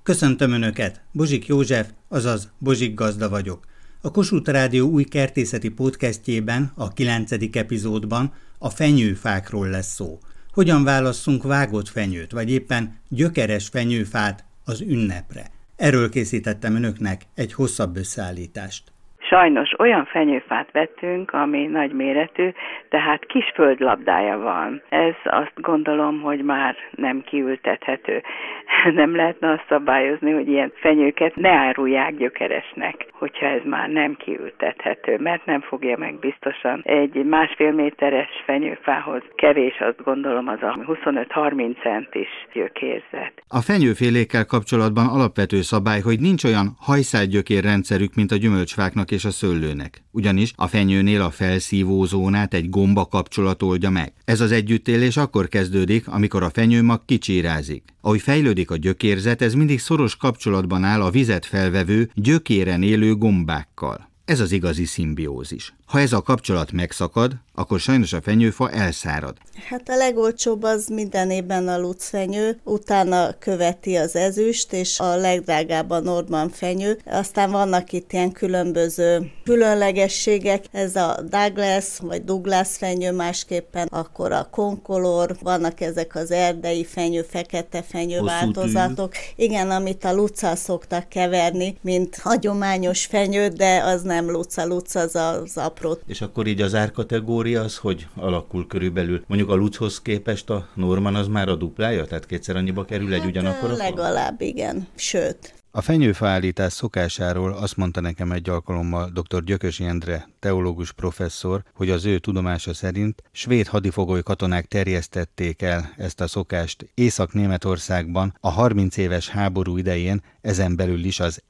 Köszöntöm Önöket, Bozsik József, azaz Bozsik Gazda vagyok. A Kossuth Rádió új kertészeti podcastjében, a 9. epizódban a fenyőfákról lesz szó. Hogyan válasszunk vágott fenyőt, vagy éppen gyökeres fenyőfát az ünnepre. Erről készítettem Önöknek egy hosszabb összeállítást. Sajnos olyan fenyőfát vettünk, ami nagyméretű, tehát kis földlabdája van. Ez azt gondolom, hogy már nem kiültethető. Nem lehetne azt szabályozni, hogy ilyen fenyőket ne árulják gyökeresnek, hogyha ez már nem kiültethető, mert nem fogja meg biztosan egy 1,5 méteres fenyőfához. Kevés, azt gondolom, az a 25-30 centis gyökérzet. A fenyőfélékkel kapcsolatban alapvető szabály, hogy nincs olyan hajszálgyökérrendszerük, mint a gyümölcsfáknak és a szőlőnek. Ugyanis a fenyőnél a felszívó zónát egy gomba kapcsolat oldja meg. Ez az együttélés akkor kezdődik, amikor a fenyőmag kicsirázik. Ahogy fejlődik a gyökérzet, ez mindig szoros kapcsolatban áll a vizet felvevő, gyökéren élő gombákkal. Ez az igazi szimbiózis. Ha ez a kapcsolat megszakad, akkor sajnos a fenyőfa elszárad. Hát a legolcsóbb az minden évben a lucfenyő, utána követi az ezüst, és a legdrágább a Norman fenyő. Aztán vannak itt ilyen különböző különlegességek, ez a Douglas vagy Douglas fenyő, másképpen akkor a Concolor, vannak ezek az erdei fenyő, fekete fenyő változatok. Igen, amit a lucccal szoktak keverni, mint hagyományos fenyő, de az nem luca az apró. És akkor így az árkategória az, hogy alakul körülbelül? Mondjuk a luchoz képest a Norman az már a duplája? Tehát kétszer annyiba kerül egy ugyanakkor a fa? Legalább, igen. Sőt. A fenyőfa állítás szokásáról azt mondta nekem egy alkalommal dr. Gyökösi Endre, teológus professzor, hogy az ő tudomása szerint svéd hadifogoly katonák terjesztették el ezt a szokást Észak-Németországban a 30 éves háború idején, ezen belül is az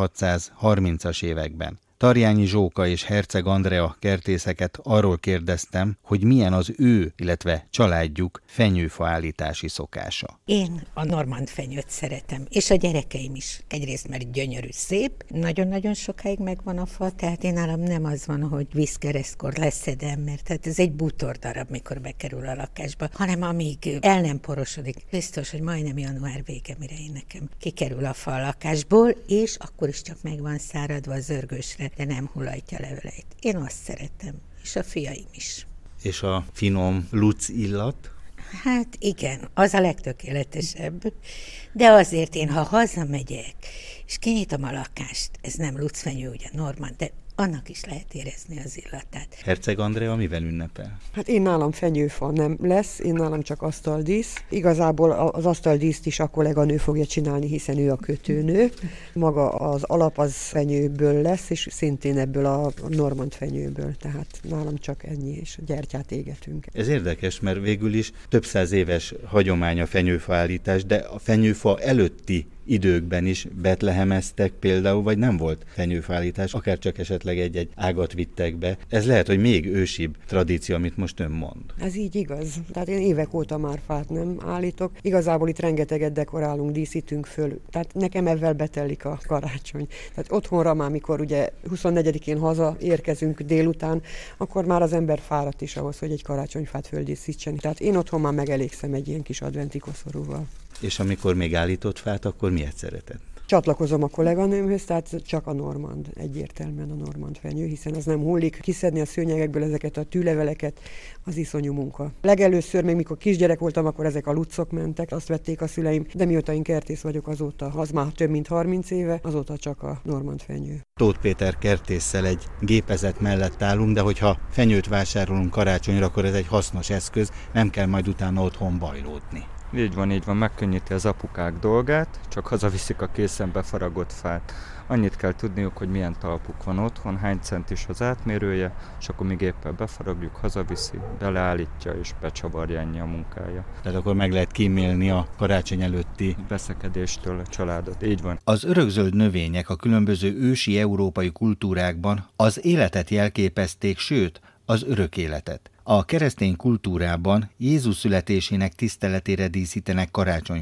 1630-as években. Tarjányi Zsóka és Herceg Andrea kertészeket arról kérdeztem, hogy milyen az ő, illetve családjuk fenyőfa állítási szokása. Én a normand fenyőt szeretem, és a gyerekeim is. Egyrészt, mert gyönyörű, szép, nagyon-nagyon sokáig megvan a fa, tehát én nálam nem az van, hogy vízkeresztkor leszedem, mert tehát ez egy bútordarab, mikor bekerül a lakásba, hanem amíg el nem porosodik. Biztos, hogy majdnem január vége, mire én nekem kikerül a fa a lakásból, és akkor is csak meg van száradva az zörgősre, de nem hullajtja leveleit. Én azt szeretem, és a fiaim is. És a finom luc illat? Hát igen, az a legtökéletesebb. De azért én, ha hazamegyek, és kinyitom a lakást, ez nem lucfenyő, ugye Norman, de annak is lehet érezni az illatát. Herceg Andrea mivel ünnepel? Hát én nálam fenyőfa nem lesz, én nálam csak asztaldísz. Igazából az asztaldíszt is a kolléganő fogja csinálni, hiszen ő a kötőnő. Maga az alap az fenyőből lesz, és szintén ebből a normand fenyőből. Tehát nálam csak ennyi, és gyertyát égetünk. Ez érdekes, mert végül is több száz éves hagyomány a fenyőfa állítás, de a fenyőfa előtti időkben is betlehemeztek például, vagy nem volt fenyőfállítás, akár csak esetleg egy ágat vittek be. Ez lehet, hogy még ősibb tradíció, amit most ön mond. Ez így igaz. Tehát én évek óta már fát nem állítok. Igazából itt rengeteget dekorálunk, díszítünk föl. Tehát nekem ezzel betelik a karácsony. Tehát otthonra már, mikor ugye 24-én haza érkezünk délután, akkor már az ember fáradt is ahhoz, hogy egy karácsonyfát földíszítsen. Tehát én otthon már megelégszem egy ilyen kis adventi koszorúval. És amikor még állított fát, akkor miért szeretett? Csatlakozom a kolléganőmhöz, tehát csak a normand, egyértelműen a normand fenyő, hiszen az nem hullik. Kiszedni a szőnyegekből ezeket a tűleveleket, az iszonyú munka. Legelőször, még mikor kisgyerek voltam, akkor ezek a lucok mentek, azt vették a szüleim, de mióta én kertész vagyok azóta, az már több mint 30 éve, azóta csak a normand fenyő. Tóth Péter kertésszel egy gépezet mellett állunk, de hogyha fenyőt vásárolunk karácsonyra, akkor ez egy hasznos eszköz, nem kell majd utána otthon bajlódni. Így van, megkönnyíti az apukák dolgát, csak hazaviszik a készen befaragott fát. Annyit kell tudniuk, hogy milyen talpuk van otthon, hány centis az átmérője, és akkor még éppen befaragjuk, hazaviszi, beleállítja és becsavarja, ennyi a munkája. Tehát akkor meg lehet kímélni a karácsony előtti veszekedéstől a családot. Így van. Az örökzöld növények a különböző ősi európai kultúrákban az életet jelképezték, sőt, az örök életet. A keresztény kultúrában Jézus születésének tiszteletére díszítenek karácsonyfát.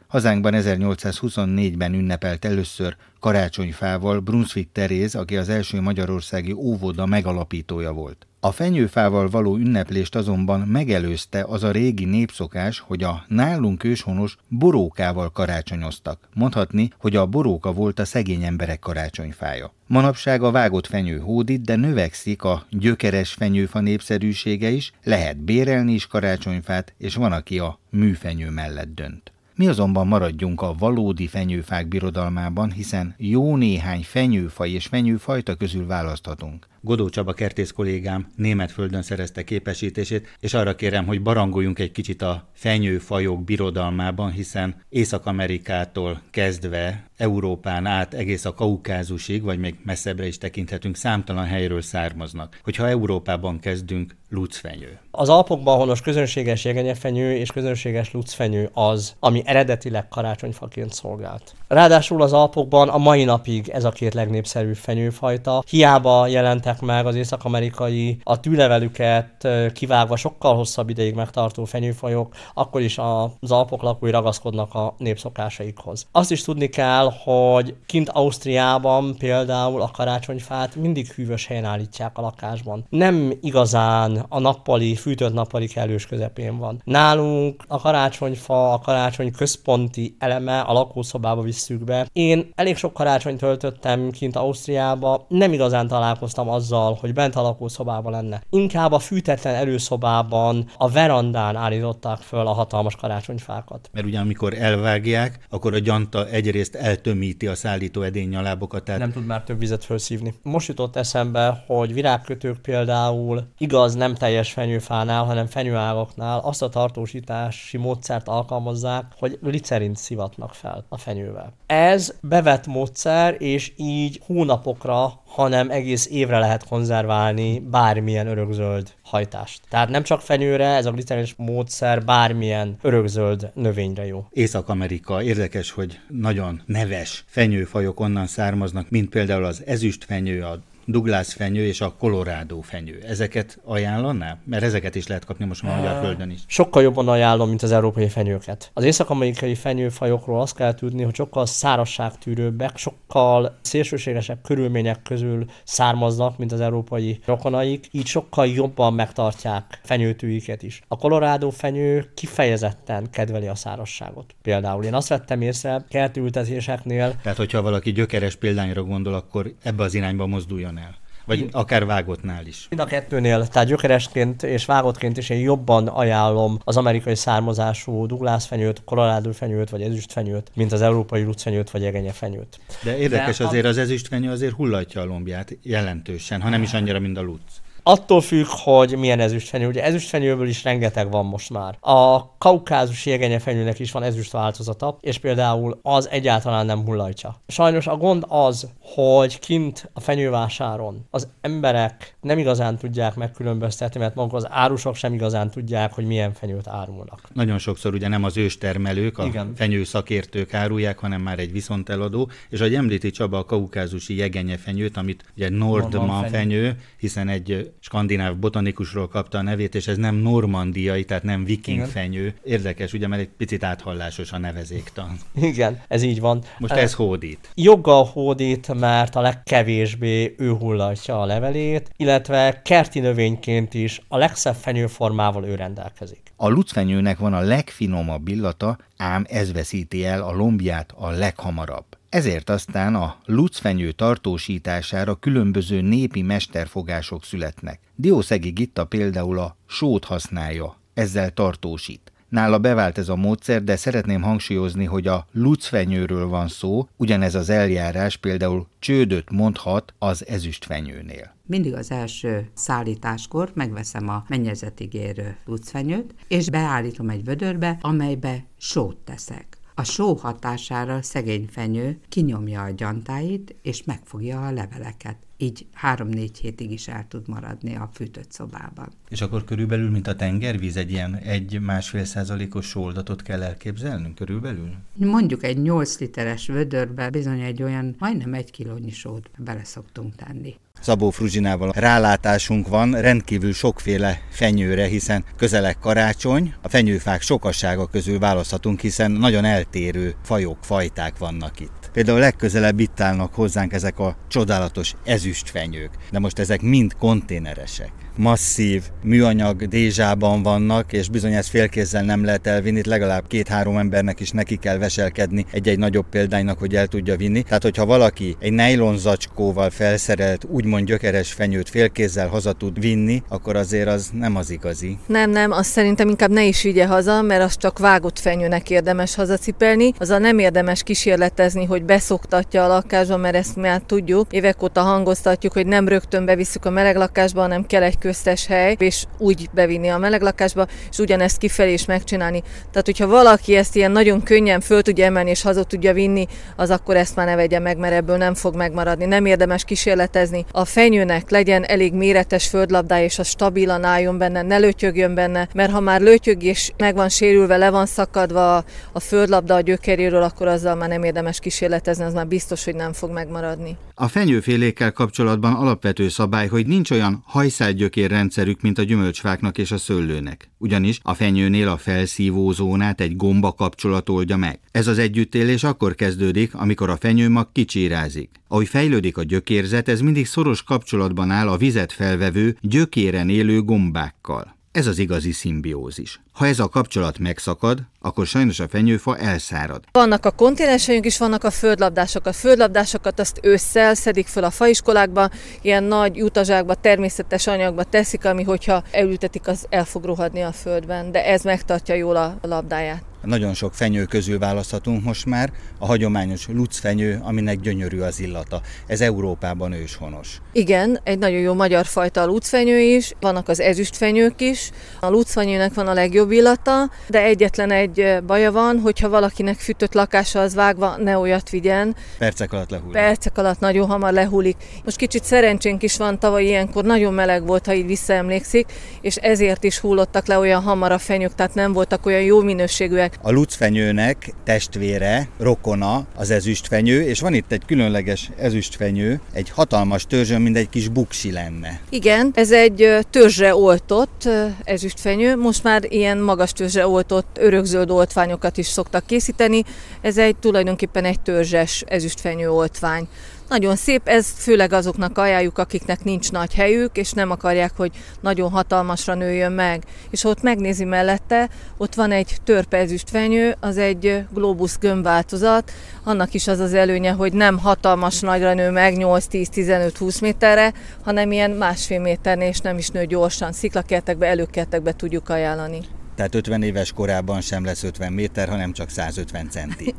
Hazánkban 1824-ben ünnepelt először karácsonyfával Brunswick Teréz, aki az első magyarországi óvoda megalapítója volt. A fenyőfával való ünneplést azonban megelőzte az a régi népszokás, hogy a nálunk őshonos borókával karácsonyoztak. Mondhatni, hogy a boróka volt a szegény emberek karácsonyfája. Manapság a vágott fenyő hódít, de növekszik a gyökeres fenyőfa népszerűsége is, lehet bérelni is karácsonyfát, és van, aki a műfenyő mellett dönt. Mi azonban maradjunk a valódi fenyőfák birodalmában, hiszen jó néhány fenyőfaj és fenyőfajta közül választhatunk. Godó Csaba kertész kollégám Németföldön szerezte képesítését, és arra kérem, hogy barangoljunk egy kicsit a fenyőfajok birodalmában, hiszen Észak-Amerikától kezdve Európán át egész a Kaukázusig, vagy még messzebbre is tekinthetünk, számtalan helyről származnak. Hogyha Európában kezdünk, lucfenyő. Az Alpokban honos közönséges jegenyefenyő és közönséges lucfenyő az, ami eredetileg karácsonyfaként szolgált. Ráadásul az Alpokban a mai napig ez a két legnépszerűbb fenyőfajta. Hiába jelentek meg az észak-amerikai, a tűlevelüket kivágva sokkal hosszabb ideig megtartó fenyőfajok, akkor is az Alpok lakói ragaszkodnak a népszokásaikhoz. Azt is tudni kell, hogy kint Ausztriában például a karácsonyfát mindig hűvös helyen állítják a lakásban. Nem igazán a nappali, fűtött nappali kellős közepén van. Nálunk a karácsonyfa, a karácsony központi eleme a lakószobába visszük be. Én elég sok karácsonyt töltöttem kint Ausztriába, nem igazán találkoztam azzal, hogy bent a lakószobában lenne. Inkább a fűtetlen előszobában, a verandán állították föl a hatalmas karácsonyfákat. Mert ugye amikor elvágják, akkor a gyanta egyrészt eltömíti a szállító edénnyalábokat. Tehát... Nem tud már több vizet felszívni. Most jutott eszembe, hogy virágkötők például igaz nem teljes fenyőfánál, hanem fenyőágaknál azt a tartósítási módszert alkalmazzák, hogy glicerint szivatnak fel a fenyővel. Ez bevett módszer, és így hónapokra, hanem egész évre lehet konzerválni bármilyen örökzöld hajtást. Tehát nem csak fenyőre, ez a glicerin módszer bármilyen örökzöld növényre jó. Észak-Amerika, érdekes, hogy nagyon neves fenyőfajok onnan származnak, mint például az ezüstfenyő, a Douglas fenyő és a Colorado fenyő. Ezeket ajánlaná? Mert ezeket is lehet kapni most már magyar földön is. Sokkal jobban ajánlom, mint az európai fenyőket. Az észak-amerikai fenyőfajokról azt kell tudni, hogy sokkal szárazságtűrőbbek, sokkal szélsőségesebb körülmények közül származnak, mint az európai rokonaik, így sokkal jobban megtartják fenyőtűiket is. A Colorado fenyő kifejezetten kedveli a szárazságot. Például én azt vettem észre kertültetéseknél. Tehát, hogyha valaki gyökeres példányra gondol, akkor ebbe az irányba mozduljon el. Vagy akár vágottnál is. Mind a kettőnél, tehát gyökeresként és vágottként is én jobban ajánlom az amerikai származású Douglas fenyőt, Colorado fenyőt, vagy ezüstfenyőt, mint az európai lucfenyőt, vagy jegenyefenyőt. De érdekes azért az ezüstfenyő azért hullatja a lombját jelentősen, ha nem is annyira, mint a luc. Attól függ, hogy milyen ezüstfenyő. Ugye ezüstfenyőből is rengeteg van most már. A kaukázusi jegenyefenyőnek is van ezüst változata, és például az egyáltalán nem hullatja. Sajnos a gond az, hogy kint a fenyővásáron az emberek nem igazán tudják megkülönböztetni, mert maguk az árusok sem igazán tudják, hogy milyen fenyőt árulnak. Nagyon sokszor ugye nem az őstermelők, a fenyőszakértők árulják, hanem már egy viszonteladó, és ahogy említi Csaba a kaukázusi jegenyefenyőt, amit ugye Nordman fenyő, hiszen egy skandináv botanikusról kapta a nevét, és ez nem normandiai, tehát nem viking fenyő. Érdekes, ugye, mert egy picit áthallásos a nevezéktan. Igen, ez így van. Most ez hódít. Joggal hódít, mert a legkevésbé ő hullatja a levelét, illetve kerti növényként is a legszebb fenyőformával ő rendelkezik. A lucfenyőnek van a legfinomabb illata, ám ez veszíti el a lombját a leghamarabb. Ezért aztán a lucfenyő tartósítására különböző népi mesterfogások születnek. Diószegi Gitta például a sót használja, ezzel tartósít. Nála bevált ez a módszer, de szeretném hangsúlyozni, hogy a lucfenyőről van szó, ugyanez az eljárás például csődöt mondhat az ezüstfenyőnél. Mindig az első szállításkor megveszem a mennyezetig érő lucfenyőt, és beállítom egy vödörbe, amelybe sót teszek. A só hatására szegény fenyő kinyomja a gyantáit, és megfogja a leveleket. Így 3-4 hétig is el tud maradni a fűtött szobában. És akkor körülbelül, mint a tengervíz, egy ilyen 1-1,5%-os sóoldatot kell elképzelnünk körülbelül? Mondjuk egy 8 literes vödörbe bizony egy olyan majdnem 1 kilónyi sót bele szoktunk tenni. Szabó Fruzsinával rálátásunk van rendkívül sokféle fenyőre, hiszen közeleg karácsony, a fenyőfák sokassága közül választhatunk, hiszen nagyon eltérő fajok, fajták vannak itt. Például legközelebb itt állnak hozzánk ezek a csodálatos ezüstfenyők, de most ezek mind konténeresek. Masszív műanyag dézsában vannak, és bizony ezt félkézzel nem lehet elvinni, legalább 2-3 embernek is neki kell veselkedni egy-egy nagyobb példánynak, hogy el tudja vinni. Tehát, hogyha valaki egy nejlon zacskóval felszerelt, úgymond gyökeres fenyőt félkézzel haza tud vinni, akkor azért az nem az igazi. Nem, azt szerintem inkább ne is vigye haza, mert az csak vágott fenyőnek érdemes hazacipelni. Azzal nem érdemes kísérletezni, hogy beszoktatja a lakásba, mert ezt már tudjuk. Évek óta hangoztatjuk, hogy nem rögtön bevisszük a meleg lakásba, hanem kell egy köztes hely, és úgy bevinni a meleg lakásba, és ugyanezt kifelé is megcsinálni. Tehát, hogyha valaki ezt ilyen nagyon könnyen föl tudja emelni, és haza tudja vinni, az akkor ezt már ne vegye meg, mert ebből nem fog megmaradni. Nem érdemes kísérletezni. A fenyőnek legyen elég méretes földlabdája, és az stabilan álljon benne, ne lötyögjön benne, mert ha már lötyög és meg van sérülve, le van szakadva a földlabda a gyökeréről, akkor azzal már nem érdemes kísérletezni, az már biztos, hogy nem fog megmaradni. A fenyőfélékkel kapcsolatban alapvető szabály, hogy nincs olyan hajszálgyökérrendszerük, mint a gyümölcsfáknak és a szőlőnek. Ugyanis a fenyőnél a felszívó zónát egy gomba kapcsolat oldja meg. Ez az együttélés akkor kezdődik, amikor a fenyőmag kicsirázik. Ahogy fejlődik a gyökérzet, ez mindig szoros kapcsolatban áll a vizet felvevő, gyökéren élő gombákkal. Ez az igazi szimbiózis. Ha ez a kapcsolat megszakad, akkor sajnos a fenyőfa elszárad. Vannak a konténeresek is, vannak a földlabdások. A földlabdásokat azt ősszel szedik föl a faiskolákba, ilyen nagy jutazsákba, természetes anyagba teszik, ami hogyha elültetik, az el fog rohadni a földben, de ez megtartja jól a labdáját. Nagyon sok fenyő közül választhatunk most már, a hagyományos lucfenyő, aminek gyönyörű az illata. Ez Európában őshonos. Igen, egy nagyon jó magyar fajta a lucfenyő is, vannak az ezüstfenyők is. A lucfenyőnek van a legjobb illata, de egyetlen egy baja van, hogyha valakinek fűtött lakása az vágva, ne olyat vigyen. Percek alatt lehullik. Percek alatt nagyon hamar lehullik. Most kicsit szerencsénk is van, tavaly ilyenkor nagyon meleg volt, ha így visszaemlékszik, és ezért is hullottak le olyan hamar a fenyők, tehát nem voltak olyan jó minőségűek. A lucfenyőnek testvére, rokona az ezüstfenyő, és van itt egy különleges ezüstfenyő, egy hatalmas törzsön, mint egy kis buksi lenne. Igen, ez egy törzsre oltott ezüstfenyő, most már ilyen magas törzsre oltott örökzöld oltványokat is szoktak készíteni, ez tulajdonképpen egy törzses ezüstfenyő oltvány. Nagyon szép, ez főleg azoknak ajánljuk, akiknek nincs nagy helyük, és nem akarják, hogy nagyon hatalmasra nőjön meg. És ott megnézi mellette, ott van egy törpe ezüstfenyő, az egy globus gömbváltozat, annak is az az előnye, hogy nem hatalmas nagyra nő meg 8-10-15-20 méterre, hanem ilyen 1,5 méternél, és nem is nő gyorsan. Sziklakertekbe, előkertekbe tudjuk ajánlani. Tehát 50 éves korában sem lesz 50 méter, hanem csak 150 centi.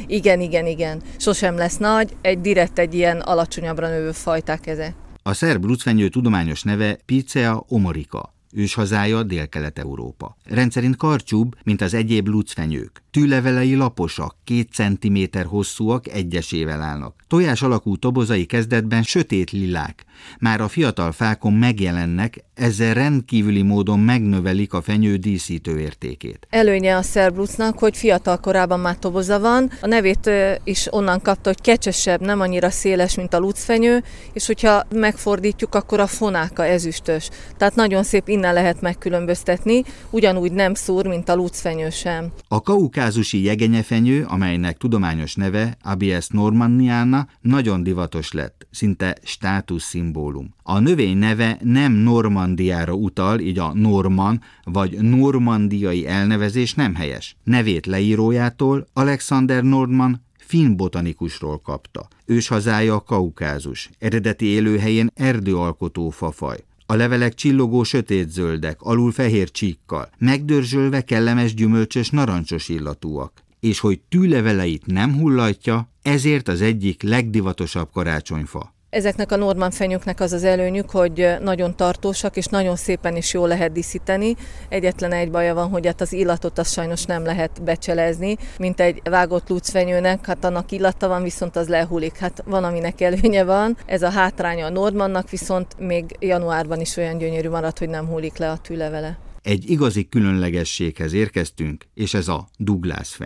Igen. Sosem lesz nagy, direkt egy ilyen alacsonyabbra növő fajták ezek. A szerb lucfenyő tudományos neve Picea omorica. Őshazája Dél-Kelet-Európa. Rendszerint karcsúbb, mint az egyéb lucfenyők. Tűlevelei laposak, 2 cm hosszúak, egyesével állnak. Tojás alakú tobozai kezdetben sötét lilák. Már a fiatal fákon megjelennek, ezzel rendkívüli módon megnövelik a fenyő díszítő értékét. Előnye a szerb lucnak, hogy fiatal korában már toboza van. A nevét is onnan kapta, hogy kecsesebb, nem annyira széles, mint a lucfenyő, és hogyha megfordítjuk, akkor a fonáka ezüstös. Tehát nagyon szép, innen lehet megkülönböztetni, ugyanúgy nem szúr, mint a lucfenyő sem. A kaukázusi jegenyefenyő, amelynek tudományos neve Abies normanniana, nagyon divatos lett, szinte státuszszimbólum. A növény neve nem Normandiára utal, így a norman vagy normandiai elnevezés nem helyes. Nevét leírójától, Alexander Nordman, finn botanikusról kapta. Őshazája a Kaukázus, eredeti élőhelyén erdőalkotó fafaj. A levelek csillogó sötétzöldek, alul fehér csíkkal, megdörzsölve kellemes gyümölcsös narancsos illatúak. És hogy tűleveleit nem hullatja, ezért az egyik legdivatosabb karácsonyfa. Ezeknek a norman fenyőknek az az előnyük, hogy nagyon tartósak, és nagyon szépen is jól lehet díszíteni. Egyetlen egy baja van, hogy hát az illatot az sajnos nem lehet becselezni, mint egy vágott lucfenyőnek, hát annak illata van, viszont az lehullik. Hát van, aminek előnye van. Ez a hátránya a normannak, viszont még januárban is olyan gyönyörű marad, hogy nem hullik le a tűlevele. Egy igazi különlegességhez érkeztünk, és ez a Douglas fenyő.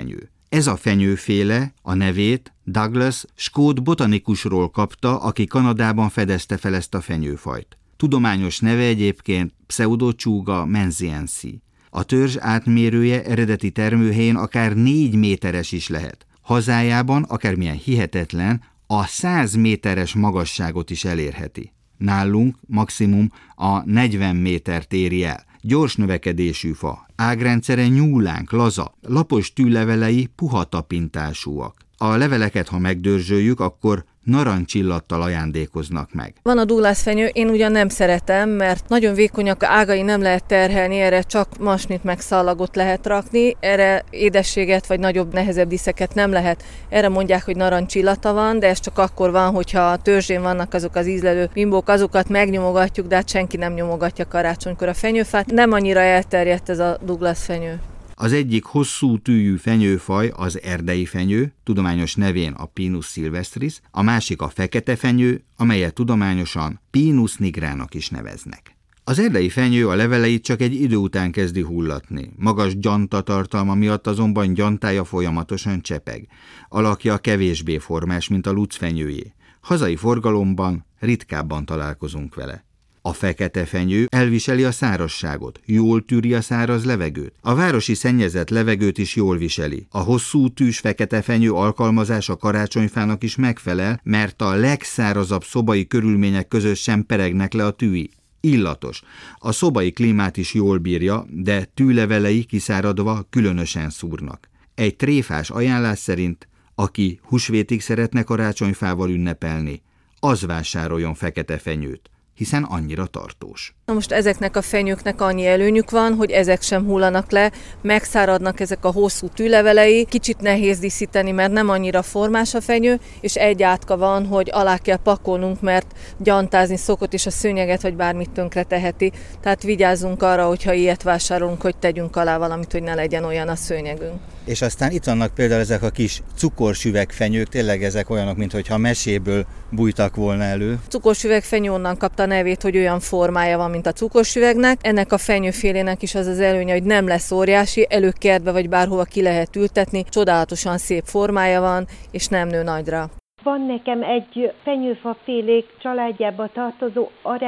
Ez a fenyőféle a nevét Douglas skót botanikusról kapta, aki Kanadában fedezte fel ezt a fenyőfajt. Tudományos neve egyébként Pseudotchuga menziensi. A törzs átmérője eredeti termőhelyén akár 4 méteres is lehet. Hazájában, akármilyen hihetetlen, a 100 méteres magasságot is elérheti. Nálunk maximum a 40 métert éri el. Gyors növekedésű fa, ágrendszere nyúlánk, laza, lapos tűlevelei puha tapintásúak. A leveleket, ha megdörzsöljük, akkor narancsillattal ajándékoznak meg. Van a Douglas fenyő, én ugyan nem szeretem, mert nagyon vékonyak, ágai nem lehet terhelni, erre csak masnit meg szallagot lehet rakni, erre édességet vagy nagyobb, nehezebb diszeket nem lehet. Erre mondják, hogy narancsillata van, de ez csak akkor van, hogyha a törzsén vannak azok az ízlelő bimbók, azokat megnyomogatjuk, de hát senki nem nyomogatja karácsonykor a fenyőfát. Nem annyira elterjedt ez a Douglas fenyő. Az egyik hosszú tűjű fenyőfaj az erdei fenyő, tudományos nevén a Pinus sylvestris, a másik a fekete fenyő, amelyet tudományosan Pinus nigrának is neveznek. Az erdei fenyő a leveleit csak egy idő után kezdi hullatni. Magas gyantatartalma miatt azonban gyantája folyamatosan csepeg. Alakja kevésbé formás, mint a lucfenyőjé. Hazai forgalomban ritkábban találkozunk vele. A fekete fenyő elviseli a szárazságot, jól tűri a száraz levegőt. A városi szennyezett levegőt is jól viseli. A hosszú tűs fekete fenyő alkalmazása karácsonyfának is megfelel, mert a legszárazabb szobai körülmények között sem peregnek le a tűi. Illatos. A szobai klímát is jól bírja, de tűlevelei kiszáradva különösen szúrnak. Egy tréfás ajánlás szerint, aki húsvétig szeretne karácsonyfával ünnepelni, az vásároljon fekete fenyőt, hiszen annyira tartós. Na most ezeknek a fenyőknek annyi előnyük van, hogy ezek sem hullanak le, megszáradnak ezek a hosszú tűlevelei, kicsit nehéz díszíteni, mert nem annyira formás a fenyő, és egy átka van, hogy alá kell pakolnunk, mert gyantázni szokott, és a szőnyeget vagy bármit tönkre teheti. Tehát vigyázzunk arra, hogyha ilyet vásárolunk, hogy tegyünk alá valamit, hogy ne legyen olyan a szőnyegünk. És aztán itt vannak például ezek a kis cukorsüvegfenyők, tényleg ezek olyanok, mintha meséből bújtak volna elő. Cukorsüvegfenyő onnan kapta a nevét, hogy olyan formája van, mint a cukorsüvegnek. Ennek a fenyőfélének is az az előnye, hogy nem lesz óriási, előkertbe vagy bárhova ki lehet ültetni, csodálatosan szép formája van, és nem nő nagyra. Van nekem egy fenyőfafélék családjába tartozó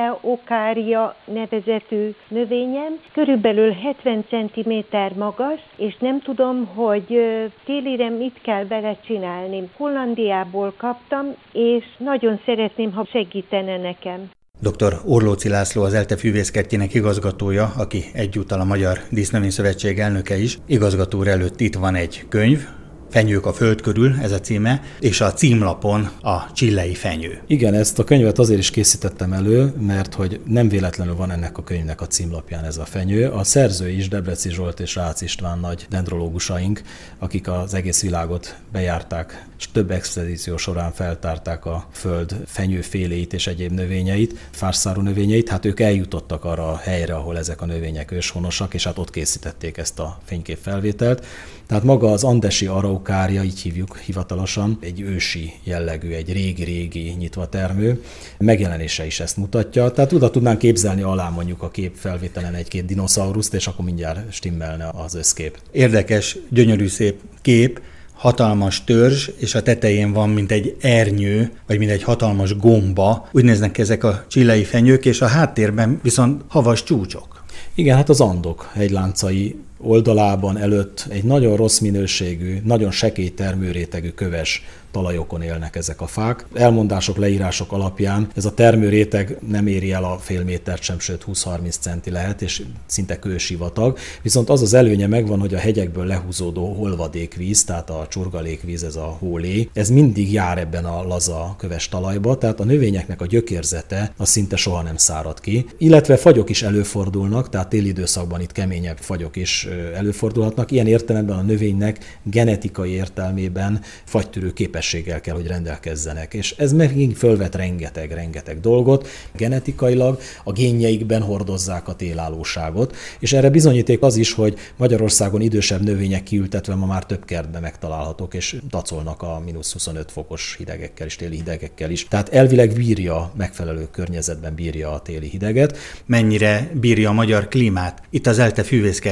Araucaria nevezetű növényem, körülbelül 70 cm magas, és nem tudom, hogy télire mit kell vele csinálni. Hollandiából kaptam, és nagyon szeretném, ha segítene nekem. Dr. Orlóczy László az ELTE fűvészkertjének igazgatója, aki egyúttal a Magyar Dísznövényszövetség elnöke is. Igazgató úr előtt itt van egy könyv, Fenyők a föld körül, ez a címe, és a címlapon a csillei fenyő. Igen, ezt a könyvet azért is készítettem elő, mert hogy nem véletlenül van ennek a könyvnek a címlapján ez a fenyő. A szerzői is Debreci Zsolt és Rácz István nagy dendrológusaink, akik az egész világot bejárták, és több expedíció során feltárták a föld fenyőféléit és egyéb növényeit, fászszárú növényeit. Hát ők eljutottak arra a helyre, ahol ezek a növények őshonosak, és hát ott készítették ezt a fényképfelvételt. Tehát maga az andesi Araucaria, így hívjuk hivatalosan, egy ősi jellegű, egy régi-régi nyitvatermő. Megjelenése is ezt mutatja. Tehát oda tudnánk képzelni alá mondjuk a képfelvételen egy-két dinoszauruszt, és akkor mindjárt stimmelne az összkép. Érdekes, gyönyörű szép kép, hatalmas törzs, és a tetején van, mint egy ernyő, vagy mint egy hatalmas gomba. Úgy néznek ki ezek a csillei fenyők, és a háttérben viszont havas csúcsok. Igen, hát az Andok hegyláncai oldalában előtt egy nagyon rossz minőségű, nagyon sekély termőrétegű köves talajokon élnek ezek a fák. Elmondások, leírások alapján ez a termőréteg nem éri el a fél métert sem, sőt 20-30 centi lehet, és szinte kősivatag. Viszont az az előnye megvan, hogy a hegyekből lehúzódó holvadékvíz, tehát a csurgalékvíz, ez a hólé, ez mindig jár ebben a laza köves talajba, tehát a növényeknek a gyökérzete az szinte soha nem szárad ki. Illetve fagyok is előfordulnak, tehát téli időszakban itt keményebb fagyok is előfordulhatnak. Ilyen értelemben a növénynek genetikai értelmében fagytűrő képességgel kell, hogy rendelkezzenek. És ez megint fölvet rengeteg dolgot. Genetikailag a génjeikben hordozzák a télállóságot, és erre bizonyíték az is, hogy Magyarországon idősebb növények kiültetve ma már több kertben megtalálhatók, és dacolnak a -25 fokos hidegekkel és téli hidegekkel is. Tehát elvileg bírja, megfelelő környezetben bírja a téli hideget. Mennyire bírja a magyar klímát? Itt az ELTE fűvészkertjében is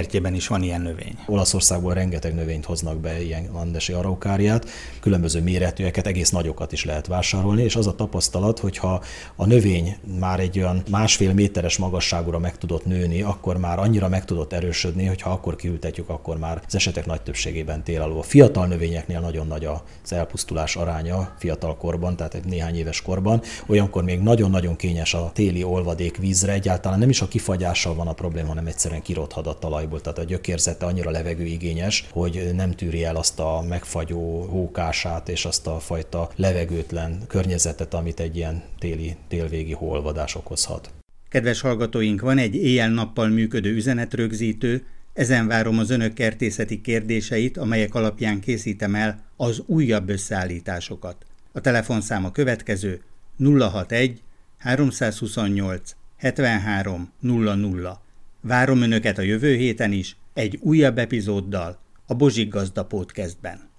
van ilyen növény? Olaszországból rengeteg növényt hoznak be, ilyen andesi araukáriát, különböző méretűeket, egész nagyokat is lehet vásárolni, és az a tapasztalat, hogyha a növény már egy olyan 1,5 méteres magasságúra meg tudott nőni, akkor már annyira meg tudott erősödni, hogyha akkor kiültetjük, akkor már az esetek nagy többségében télaló. A fiatal növényeknél nagyon nagy az elpusztulás aránya fiatal korban, tehát egy néhány éves korban. Olyankor még nagyon-nagyon kényes a téli olvadék vízre, egyáltalán nem is a kifagyással van a probléma, hanem egyszerűen kirothad a talajból, tehát a gyökérzete annyira levegőigényes, hogy nem tűri el azt a megfagyó hókását és azt a fajta levegőtlen környezetet, amit egy ilyen télvégi hóolvadás okozhat. Kedves hallgatóink, van egy éjjel-nappal működő üzenetrögzítő, ezen várom az önök kertészeti kérdéseit, amelyek alapján készítem el az újabb összeállításokat. A telefonszám a következő: 061 328 73 00. Várom önöket a jövő héten is egy újabb epizóddal a Bozsik Gazda Podcastben.